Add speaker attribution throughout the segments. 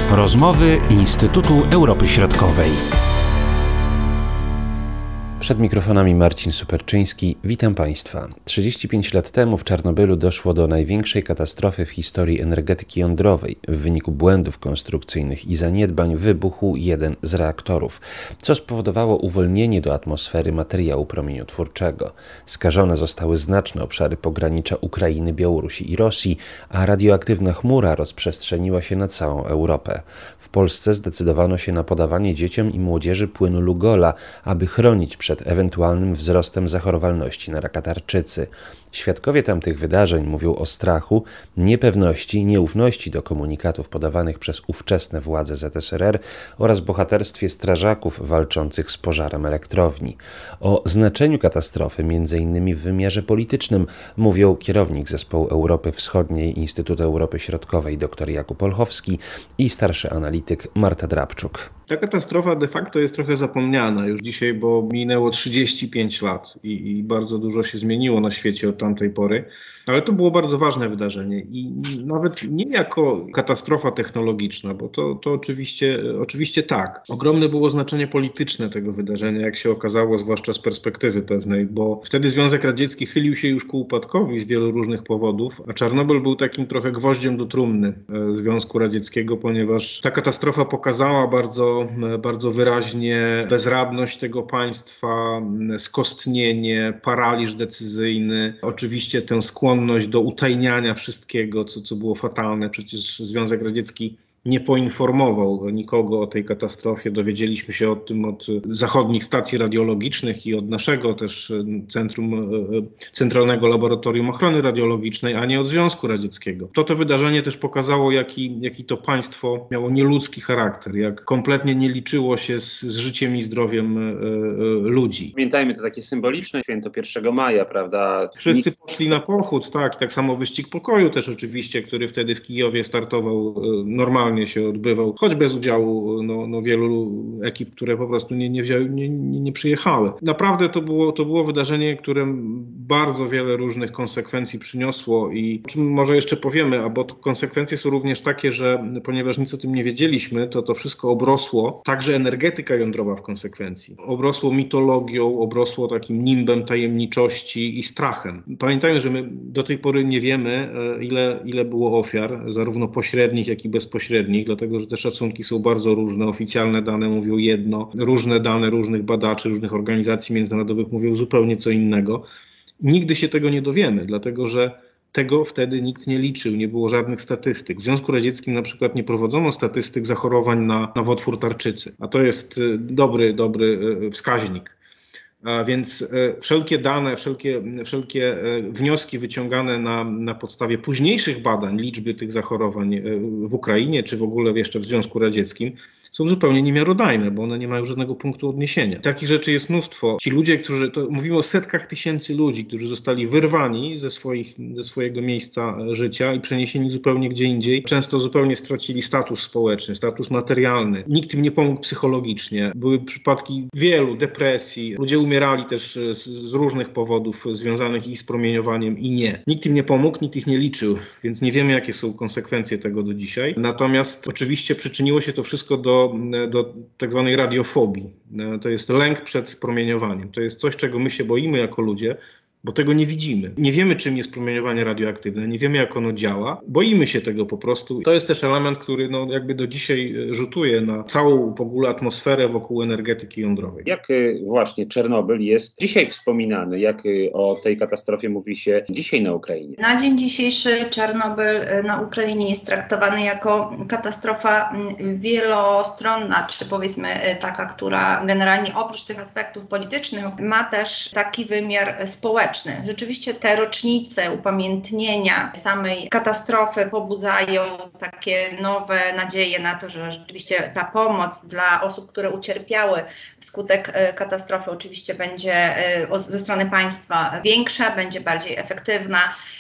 Speaker 1: Rozmowy Instytutu Europy Środkowej. Przed mikrofonami Marcin Superczyński. Witam Państwa. 35 lat temu w Czarnobylu doszło do największej katastrofy w historii energetyki jądrowej. W wyniku błędów konstrukcyjnych i zaniedbań wybuchł jeden z reaktorów, co spowodowało uwolnienie do atmosfery materiału promieniotwórczego. Skażone zostały znaczne obszary pogranicza Ukrainy, Białorusi i Rosji, a radioaktywna chmura rozprzestrzeniła się na całą Europę. W Polsce zdecydowano się na podawanie dzieciom i młodzieży płynu Lugola, aby chronić przed ewentualnym wzrostem zachorowalności na raka tarczycy. Świadkowie tamtych wydarzeń mówią o strachu, niepewności, nieufności do komunikatów podawanych przez ówczesne władze ZSRR oraz bohaterstwie strażaków walczących z pożarem elektrowni. O znaczeniu katastrofy, m.in. w wymiarze politycznym, mówią kierownik Zespołu Europy Wschodniej Instytutu Europy Środkowej dr Jakub Olchowski i starszy analityk Marta Drabczuk.
Speaker 2: Ta katastrofa de facto jest trochę zapomniana już dzisiaj, bo minęło 35 lat i bardzo dużo się zmieniło na świecie od tamtej pory, ale to było bardzo ważne wydarzenie i nawet nie jako katastrofa technologiczna, bo to oczywiście tak. Ogromne było znaczenie polityczne tego wydarzenia, jak się okazało, zwłaszcza z perspektywy pewnej, bo wtedy Związek Radziecki chylił się już ku upadkowi z wielu różnych powodów, a Czarnobyl był takim trochę gwoździem do trumny Związku Radzieckiego, ponieważ ta katastrofa pokazała bardzo wyraźnie bezradność tego państwa, skostnienie, paraliż decyzyjny, oczywiście tę skłonność do utajniania wszystkiego, co było fatalne. Przecież Związek Radziecki nie poinformował nikogo o tej katastrofie. Dowiedzieliśmy się o tym od zachodnich stacji radiologicznych i od naszego też Centralnego Laboratorium Ochrony Radiologicznej, a nie od Związku Radzieckiego. To wydarzenie też pokazało, jaki to państwo miało nieludzki charakter, jak kompletnie nie liczyło się z życiem i zdrowiem ludzi.
Speaker 3: Pamiętajmy, to takie symboliczne święto 1 maja, prawda?
Speaker 2: Wszyscy poszli na pochód, tak samo wyścig pokoju też oczywiście, który wtedy w Kijowie startował normalnie się odbywał, choć bez udziału wielu ekip, które po prostu nie przyjechały. Naprawdę to było wydarzenie, które bardzo wiele różnych konsekwencji przyniosło i o czym może jeszcze powiemy, bo konsekwencje są również takie, że ponieważ nic o tym nie wiedzieliśmy, to wszystko obrosło, także energetyka jądrowa w konsekwencji. Obrosło mitologią, obrosło takim nimbem tajemniczości i strachem. Pamiętajmy, że my do tej pory nie wiemy, ile było ofiar, zarówno pośrednich, jak i bezpośrednich, dlatego że te szacunki są bardzo różne. Oficjalne dane mówią jedno, różne dane różnych badaczy, różnych organizacji międzynarodowych mówią zupełnie co innego. Nigdy się tego nie dowiemy, dlatego że tego wtedy nikt nie liczył, nie było żadnych statystyk. W Związku Radzieckim na przykład nie prowadzono statystyk zachorowań na nowotwór tarczycy, a to jest dobry wskaźnik. A więc wszelkie dane, wszelkie wnioski wyciągane na podstawie późniejszych badań liczby tych zachorowań w Ukrainie czy w ogóle jeszcze w Związku Radzieckim są zupełnie niemiarodajne, bo one nie mają żadnego punktu odniesienia. Takich rzeczy jest mnóstwo. Ci ludzie, mówimy o setkach tysięcy ludzi, którzy zostali wyrwani ze swojego miejsca życia i przeniesieni zupełnie gdzie indziej, często zupełnie stracili status społeczny, status materialny. Nikt im nie pomógł psychologicznie. Były przypadki wielu depresji. Ludzie umierali też z różnych powodów związanych i z promieniowaniem i nie. Nikt im nie pomógł, nikt ich nie liczył, więc nie wiemy, jakie są konsekwencje tego do dzisiaj. Natomiast oczywiście przyczyniło się to wszystko do tak zwanej radiofobii. To jest lęk przed promieniowaniem. To jest coś, czego my się boimy jako ludzie, bo tego nie widzimy. Nie wiemy, czym jest promieniowanie radioaktywne, nie wiemy, jak ono działa. Boimy się tego po prostu. To jest też element, który jakby do dzisiaj rzutuje na całą w ogóle atmosferę wokół energetyki jądrowej.
Speaker 3: Jak właśnie Czarnobyl jest dzisiaj wspominany? Jak o tej katastrofie mówi się dzisiaj na Ukrainie?
Speaker 4: Na dzień dzisiejszy Czarnobyl na Ukrainie jest traktowany jako katastrofa wielostronna, czy powiedzmy taka, która generalnie oprócz tych aspektów politycznych ma też taki wymiar społeczny. Rzeczywiście te rocznice upamiętnienia samej katastrofy pobudzają takie nowe nadzieje na to, że rzeczywiście ta pomoc dla osób, które ucierpiały wskutek katastrofy oczywiście będzie ze strony państwa większa, będzie bardziej efektywna.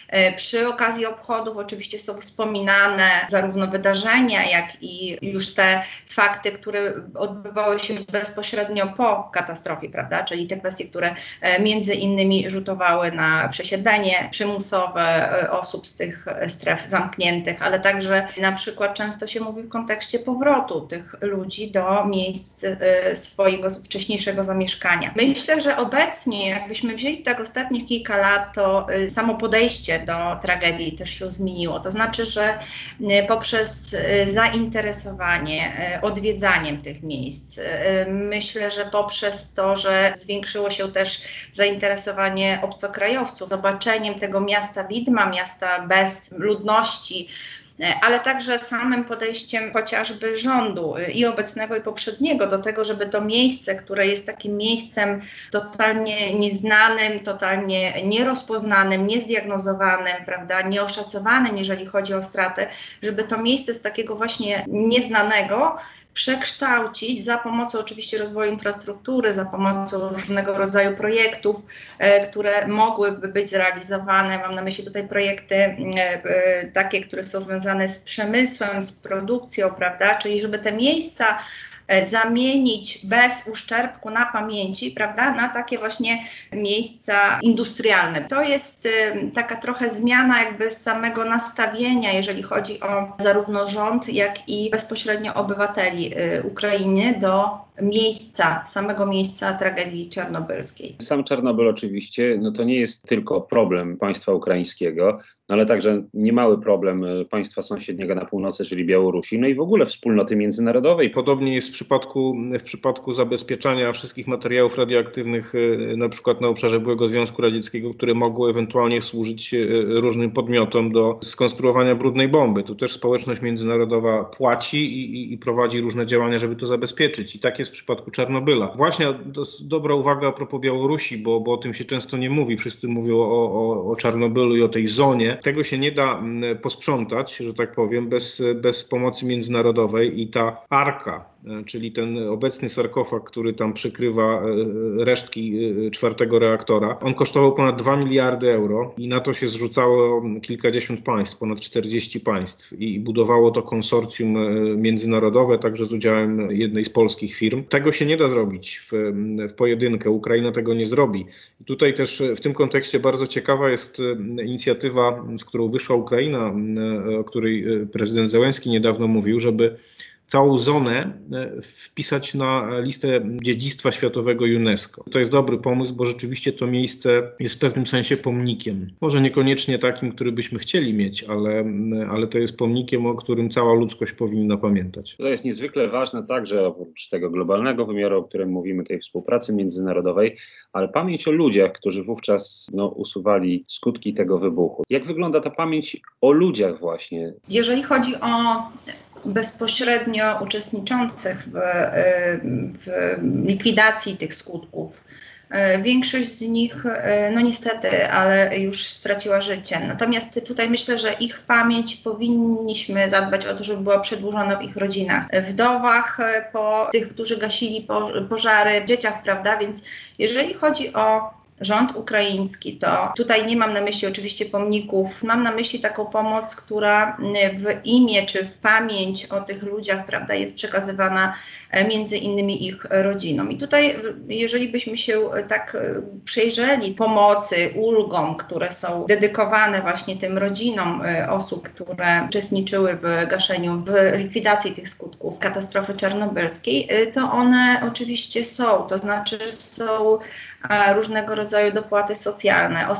Speaker 4: Przy okazji obchodów oczywiście są wspominane zarówno wydarzenia, jak i już te fakty, które odbywały się bezpośrednio po katastrofie, prawda? Czyli te kwestie, które między innymi rzutowały na przesiedlenie przymusowe osób z tych stref zamkniętych, ale także na przykład często się mówi w kontekście powrotu tych ludzi do miejsc swojego wcześniejszego zamieszkania. Myślę, że obecnie, jakbyśmy wzięli tak ostatnich kilka lat, to samo podejście do tragedii też się zmieniło. To znaczy, że poprzez zainteresowanie odwiedzaniem tych miejsc, myślę, że poprzez to, że zwiększyło się też zainteresowanie obcokrajowców, zobaczeniem tego miasta widma, miasta bez ludności, ale także samym podejściem chociażby rządu i obecnego, i poprzedniego do tego, żeby to miejsce, które jest takim miejscem totalnie nieznanym, totalnie nierozpoznanym, niezdiagnozowanym, prawda, nieoszacowanym, jeżeli chodzi o straty, żeby to miejsce z takiego właśnie nieznanego przekształcić za pomocą oczywiście rozwoju infrastruktury, za pomocą różnego rodzaju projektów, które mogłyby być zrealizowane. Mam na myśli tutaj projekty takie, które są związane z przemysłem, z produkcją, prawda? Czyli żeby te miejsca zamienić bez uszczerbku na pamięci, prawda, na takie właśnie miejsca industrialne. To jest taka trochę zmiana jakby samego nastawienia, jeżeli chodzi o zarówno rząd, jak i bezpośrednio obywateli Ukrainy do miejsca, samego miejsca tragedii czarnobylskiej.
Speaker 3: Sam Czarnobyl oczywiście, no to nie jest tylko problem państwa ukraińskiego, ale także niemały problem państwa sąsiedniego na północy, czyli Białorusi, no i w ogóle wspólnoty międzynarodowej.
Speaker 2: Podobnie jest w przypadku zabezpieczania wszystkich materiałów radioaktywnych, na przykład na obszarze byłego Związku Radzieckiego, które mogły ewentualnie służyć różnym podmiotom do skonstruowania brudnej bomby. Tu też społeczność międzynarodowa płaci i prowadzi różne działania, żeby to zabezpieczyć. I tak jest w przypadku Czarnobyla. Właśnie dobra uwaga a propos Białorusi, bo o tym się często nie mówi. Wszyscy mówią o Czarnobylu i o tej zonie. Tego się nie da posprzątać, że tak powiem, bez pomocy międzynarodowej i ta arka, czyli ten obecny sarkofag, który tam przykrywa resztki czwartego reaktora, on kosztował ponad 2 miliardy euro i na to się zrzucało kilkadziesiąt państw, ponad 40 państw i budowało to konsorcjum międzynarodowe, także z udziałem jednej z polskich firm. Tego się nie da zrobić w pojedynkę. Ukraina tego nie zrobi. I tutaj też w tym kontekście bardzo ciekawa jest inicjatywa, z którą wyszła Ukraina, o której prezydent Zełenski niedawno mówił, żeby całą zonę wpisać na listę dziedzictwa światowego UNESCO. To jest dobry pomysł, bo rzeczywiście to miejsce jest w pewnym sensie pomnikiem. Może niekoniecznie takim, który byśmy chcieli mieć, ale to jest pomnikiem, o którym cała ludzkość powinna pamiętać.
Speaker 3: To jest niezwykle ważne także oprócz tego globalnego wymiaru, o którym mówimy, tej współpracy międzynarodowej, ale pamięć o ludziach, którzy wówczas usuwali skutki tego wybuchu. Jak wygląda ta pamięć o ludziach właśnie?
Speaker 4: Jeżeli chodzi o bezpośrednio uczestniczących w likwidacji tych skutków, większość z nich, no niestety, ale już straciła życie. Natomiast tutaj myślę, że ich pamięć powinniśmy zadbać o to, żeby była przedłużona w ich rodzinach, wdowach, po tych, którzy gasili pożary, dzieciach, prawda? Więc jeżeli chodzi o rząd ukraiński, to tutaj nie mam na myśli oczywiście pomników, mam na myśli taką pomoc, która w imię czy w pamięć o tych ludziach, prawda, jest przekazywana między innymi ich rodzinom. I tutaj, jeżeli byśmy się tak przyjrzeli pomocy, ulgom, które są dedykowane właśnie tym rodzinom osób, które uczestniczyły w gaszeniu, w likwidacji tych skutków katastrofy czarnobylskiej, to one oczywiście są, to znaczy są różnego rodzaju dopłaty socjalne.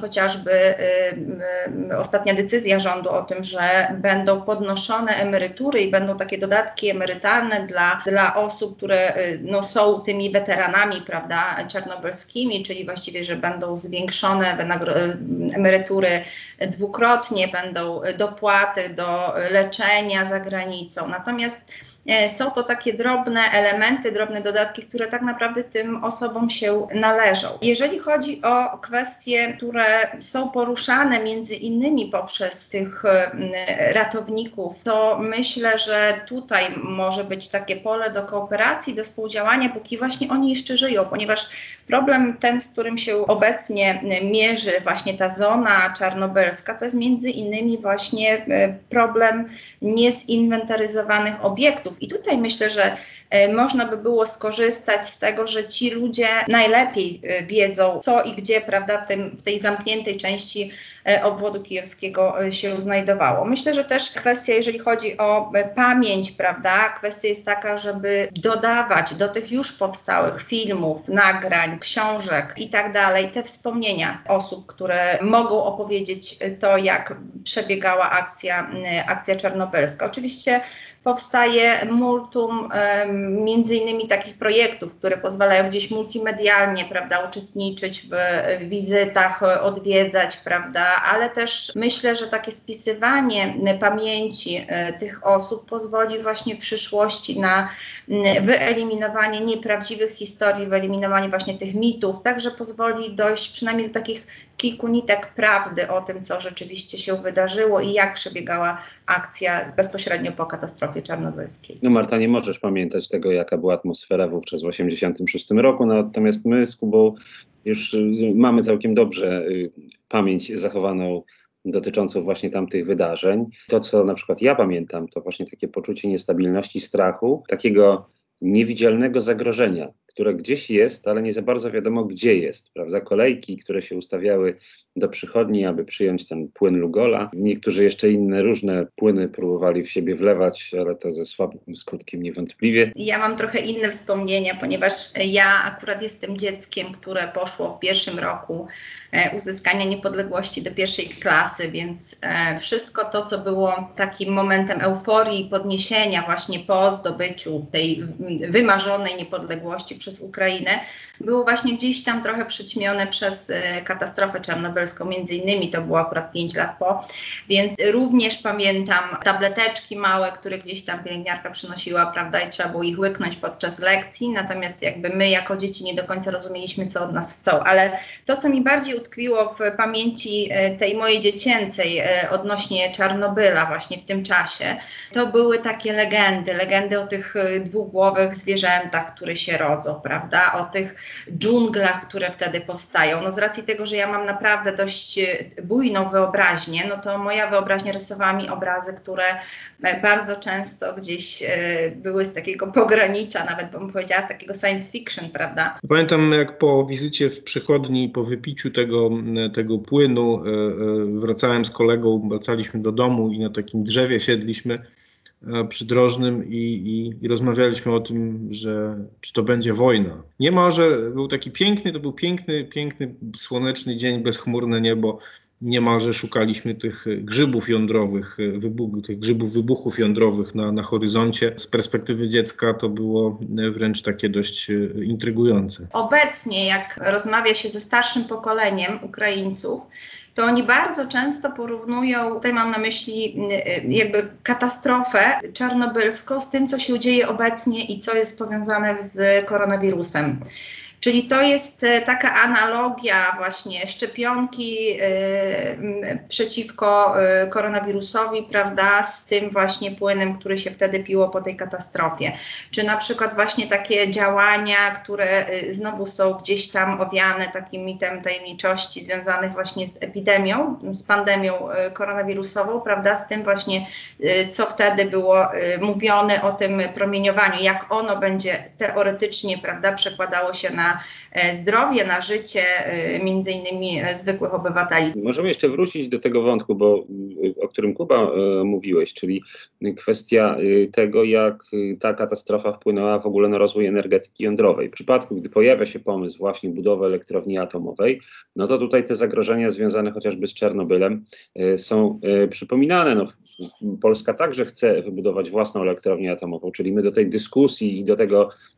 Speaker 4: Ostatnia decyzja rządu o tym, że będą podnoszone emerytury i będą takie dodatki emerytalne dla osób, które są tymi weteranami, prawda, czarnobylskimi, czyli właściwie, że będą zwiększone emerytury dwukrotnie, będą dopłaty do leczenia za granicą. Natomiast są to takie drobne elementy, drobne dodatki, które tak naprawdę tym osobom się należą. Jeżeli chodzi o kwestie, które są poruszane między innymi poprzez tych ratowników, to myślę, że tutaj może być takie pole do kooperacji, do współdziałania, póki właśnie oni jeszcze żyją, ponieważ problem ten, z którym się obecnie mierzy właśnie ta zona czarnobylska, to jest między innymi właśnie problem niezinwentaryzowanych obiektów. I tutaj myślę, że można by było skorzystać z tego, że ci ludzie najlepiej wiedzą, co i gdzie, prawda, w tej zamkniętej części obwodu kijowskiego się znajdowało. Myślę, że też kwestia, jeżeli chodzi o pamięć, prawda, kwestia jest taka, żeby dodawać do tych już powstałych filmów, nagrań, książek i tak dalej, te wspomnienia osób, które mogą opowiedzieć to, jak przebiegała akcja czarnobylska. Oczywiście powstaje multum między innymi takich projektów, które pozwalają gdzieś multimedialnie, prawda, uczestniczyć w wizytach, odwiedzać, prawda, ale też myślę, że takie spisywanie pamięci tych osób pozwoli właśnie w przyszłości na wyeliminowanie nieprawdziwych historii, wyeliminowanie właśnie tych mitów, także pozwoli dojść przynajmniej do takich kilku nitek prawdy o tym, co rzeczywiście się wydarzyło i jak przebiegała akcja bezpośrednio po katastrofie czarnobylskiej.
Speaker 3: No Marta, nie możesz pamiętać tego, jaka była atmosfera wówczas w 1986 roku, natomiast my z Kubą już mamy całkiem dobrze pamięć zachowaną dotyczącą właśnie tamtych wydarzeń. To, co na przykład ja pamiętam, to właśnie takie poczucie niestabilności, strachu, takiego niewidzialnego zagrożenia, które gdzieś jest, ale nie za bardzo wiadomo, gdzie jest, prawda? Kolejki, które się ustawiały do przychodni, aby przyjąć ten płyn Lugola. Niektórzy jeszcze inne różne płyny próbowali w siebie wlewać, ale to ze słabym skutkiem niewątpliwie.
Speaker 4: Ja mam trochę inne wspomnienia, ponieważ ja akurat jestem dzieckiem, które poszło w pierwszym roku uzyskania niepodległości do pierwszej klasy, więc wszystko to, co było takim momentem euforii i podniesienia właśnie po zdobyciu tej wymarzonej niepodległości przez Ukrainę, było właśnie gdzieś tam trochę przyćmione przez katastrofę czarnobylską, między innymi to było akurat 5 lat po, więc również pamiętam tableteczki małe, które gdzieś tam pielęgniarka przynosiła, prawda, i trzeba było ich łyknąć podczas lekcji, natomiast jakby my jako dzieci nie do końca rozumieliśmy, co od nas chcą, ale to, co mi bardziej utkwiło w pamięci tej mojej dziecięcej odnośnie Czarnobyla właśnie w tym czasie, to były takie legendy o tych dwugłowych zwierzętach, które się rodzą, prawda, o tych dżunglach, które wtedy powstają. No z racji tego, że ja mam naprawdę dość bujną wyobraźnię, no to moja wyobraźnia rysowała mi obrazy, które bardzo często gdzieś były z takiego pogranicza, nawet bym powiedziała takiego science fiction, prawda?
Speaker 2: Pamiętam, jak po wizycie w przychodni, po wypiciu tego płynu, wracałem z kolegą, wracaliśmy do domu i na takim drzewie siedliśmy przydrożnym i rozmawialiśmy o tym, że czy to będzie wojna. Niemalże był taki piękny, to był piękny, słoneczny dzień, bezchmurne niebo. Niemalże szukaliśmy tych grzybów jądrowych, tych grzybów wybuchów jądrowych na horyzoncie. Z perspektywy dziecka to było wręcz takie dość intrygujące.
Speaker 4: Obecnie, jak rozmawia się ze starszym pokoleniem Ukraińców, to oni bardzo często porównują, tutaj mam na myśli jakby katastrofę czarnobylską z tym, co się dzieje obecnie i co jest powiązane z koronawirusem. Czyli to jest taka analogia właśnie szczepionki przeciwko koronawirusowi, prawda, z tym właśnie płynem, który się wtedy piło po tej katastrofie. Czy na przykład właśnie takie działania, które znowu są gdzieś tam owiane takim mitem tajemniczości związanych właśnie z epidemią, z pandemią koronawirusową, prawda, z tym właśnie, co wtedy było mówione o tym promieniowaniu, jak ono będzie teoretycznie, prawda, przekładało się na zdrowie, na życie między innymi zwykłych obywateli.
Speaker 3: Możemy jeszcze wrócić do tego wątku, o którym Kuba mówiłeś, czyli kwestia tego, jak ta katastrofa wpłynęła w ogóle na rozwój energetyki jądrowej. W przypadku, gdy pojawia się pomysł właśnie budowy elektrowni atomowej, no to tutaj te zagrożenia związane chociażby z Czarnobylem są przypominane. No, Polska także chce wybudować własną elektrownię atomową, czyli my do tej dyskusji i do tego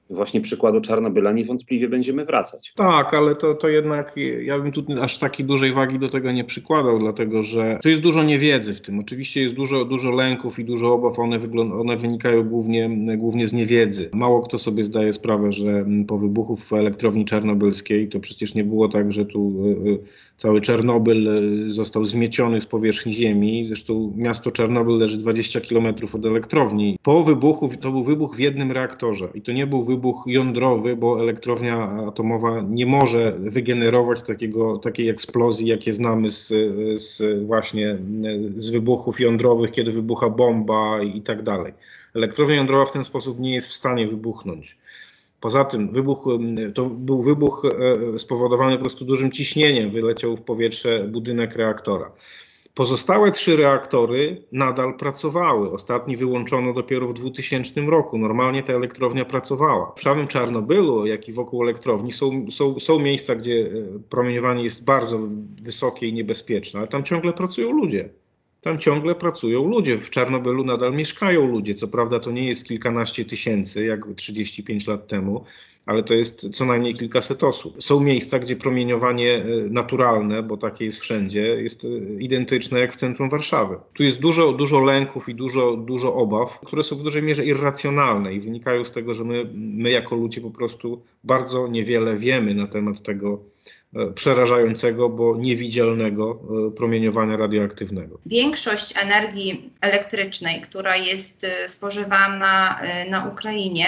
Speaker 3: właśnie przykładu Czarnobyla niewątpliwie będziemy wracać.
Speaker 2: Tak, ale to jednak ja bym tu aż takiej dużej wagi do tego nie przykładał, dlatego że to jest dużo niewiedzy w tym. Oczywiście jest dużo lęków i dużo obaw, one wynikają głównie z niewiedzy. Mało kto sobie zdaje sprawę, że po wybuchu w elektrowni czarnobylskiej to przecież nie było tak, że tu cały Czarnobyl został zmieciony z powierzchni ziemi. Zresztą miasto Czarnobyl leży 20 km od elektrowni. Po wybuchu, to był wybuch w jednym reaktorze i to nie był wybuch jądrowy, bo elektrownia atomowa nie może wygenerować takiej eksplozji, jakie znamy właśnie z wybuchów jądrowych, kiedy wybucha bomba i tak dalej. Elektrownia jądrowa w ten sposób nie jest w stanie wybuchnąć. Poza tym to był wybuch spowodowany po prostu dużym ciśnieniem, wyleciał w powietrze budynek reaktora. Pozostałe 3 reaktory nadal pracowały. Ostatni wyłączono dopiero w 2000 roku. Normalnie ta elektrownia pracowała. W samym Czarnobylu, jak i wokół elektrowni są miejsca, gdzie promieniowanie jest bardzo wysokie i niebezpieczne, ale tam ciągle pracują ludzie. W Czarnobylu nadal mieszkają ludzie. Co prawda to nie jest kilkanaście tysięcy, jak 35 lat temu, ale to jest co najmniej kilkaset osób. Są miejsca, gdzie promieniowanie naturalne, bo takie jest wszędzie, jest identyczne jak w centrum Warszawy. Tu jest dużo lęków i dużo obaw, które są w dużej mierze irracjonalne i wynikają z tego, że my jako ludzie po prostu bardzo niewiele wiemy na temat tego przerażającego, bo niewidzialnego promieniowania radioaktywnego.
Speaker 4: Większość energii elektrycznej, która jest spożywana na Ukrainie,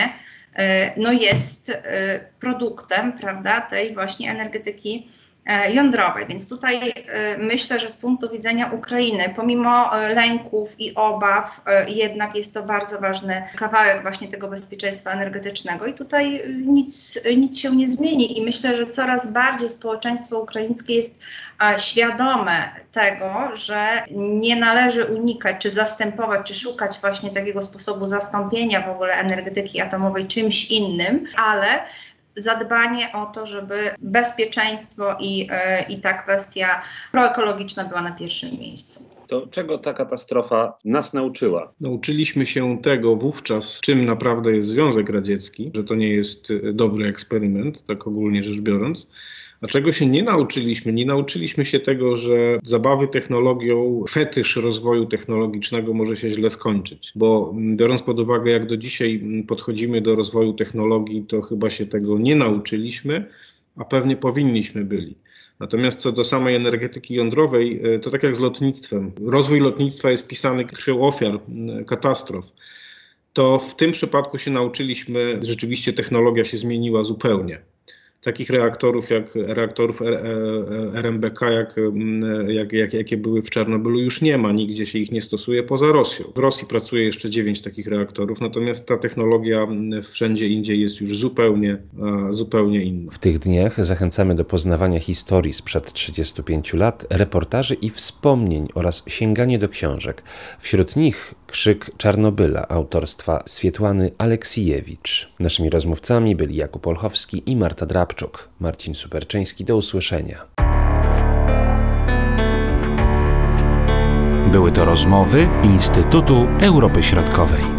Speaker 4: jest produktem, prawda, tej właśnie energetyki jądrowej. Więc tutaj myślę, że z punktu widzenia Ukrainy, pomimo lęków i obaw, jednak jest to bardzo ważny kawałek właśnie tego bezpieczeństwa energetycznego i tutaj nic się nie zmieni i myślę, że coraz bardziej społeczeństwo ukraińskie jest świadome tego, że nie należy unikać, czy zastępować, czy szukać właśnie takiego sposobu zastąpienia w ogóle energetyki atomowej czymś innym, ale zadbanie o to, żeby bezpieczeństwo i ta kwestia proekologiczna była na pierwszym miejscu.
Speaker 3: To czego ta katastrofa nas nauczyła?
Speaker 2: Nauczyliśmy się tego wówczas, czym naprawdę jest Związek Radziecki, że to nie jest dobry eksperyment, tak ogólnie rzecz biorąc. A czego się nie nauczyliśmy? Nie nauczyliśmy się tego, że zabawy technologią, fetysz rozwoju technologicznego może się źle skończyć. Bo biorąc pod uwagę, jak do dzisiaj podchodzimy do rozwoju technologii, to chyba się tego nie nauczyliśmy, a pewnie powinniśmy byli. Natomiast co do samej energetyki jądrowej, to tak jak z lotnictwem. Rozwój lotnictwa jest pisany krwią ofiar, katastrof. To w tym przypadku się nauczyliśmy, rzeczywiście technologia się zmieniła zupełnie. Takich reaktorów jak reaktorów RMBK, jakie były w Czarnobylu, już nie ma. Nigdzie się ich nie stosuje poza Rosją. W Rosji pracuje jeszcze 9 takich reaktorów, natomiast ta technologia wszędzie indziej jest już zupełnie inna.
Speaker 1: W tych dniach zachęcamy do poznawania historii sprzed 35 lat, reportaży i wspomnień oraz sięganie do książek. Wśród nich Krzyk Czarnobyla autorstwa Swietłany Aleksijewicz. Naszymi rozmówcami byli Jakub Olchowski i Marta Drabczuk. Marcin Superczyński, do usłyszenia.
Speaker 5: Były to rozmowy Instytutu Europy Środkowej.